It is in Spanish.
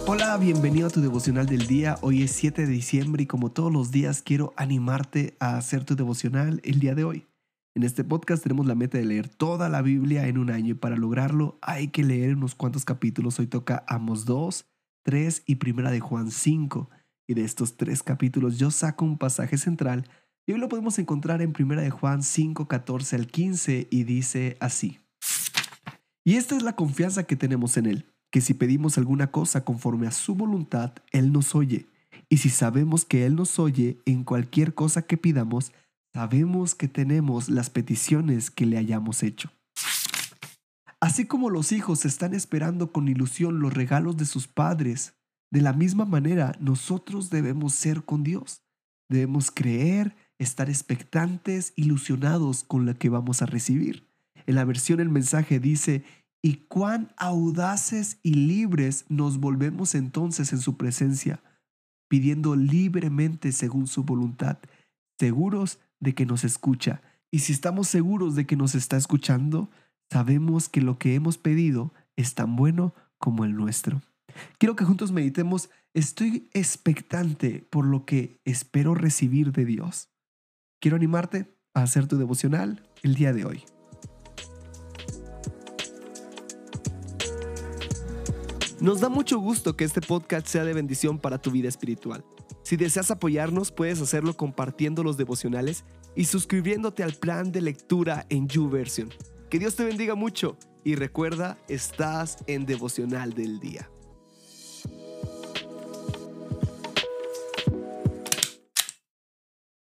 Hola, bienvenido a tu devocional del día. Hoy es 7 de diciembre y como todos los días quiero animarte a hacer tu devocional el día de hoy. En este podcast tenemos la meta de leer toda la Biblia en un año y para lograrlo hay que leer unos cuantos capítulos. Hoy toca Amos 2, 3 y Primera de Juan 5. Y de estos 3 capítulos yo saco un pasaje central y hoy lo podemos encontrar en Primera de Juan 5, 14 al 15 y dice así. Y esta es la confianza que tenemos en Él, que si pedimos alguna cosa conforme a su voluntad, Él nos oye. Y si sabemos que Él nos oye en cualquier cosa que pidamos, sabemos que tenemos las peticiones que le hayamos hecho. Así como los hijos están esperando con ilusión los regalos de sus padres, de la misma manera nosotros debemos ser con Dios. Debemos creer, estar expectantes, ilusionados con lo que vamos a recibir. En la versión el mensaje dice: y cuán audaces y libres nos volvemos entonces en su presencia, pidiendo libremente según su voluntad, seguros de que nos escucha. Y si estamos seguros de que nos está escuchando, sabemos que lo que hemos pedido es tan bueno como el nuestro. Quiero que juntos meditemos: estoy expectante por lo que espero recibir de Dios. Quiero animarte a hacer tu devocional el día de hoy. Nos da mucho gusto que este podcast sea de bendición para tu vida espiritual. Si deseas apoyarnos, puedes hacerlo compartiendo los devocionales y suscribiéndote al plan de lectura en YouVersion. Que Dios te bendiga mucho y recuerda, estás en Devocional del Día.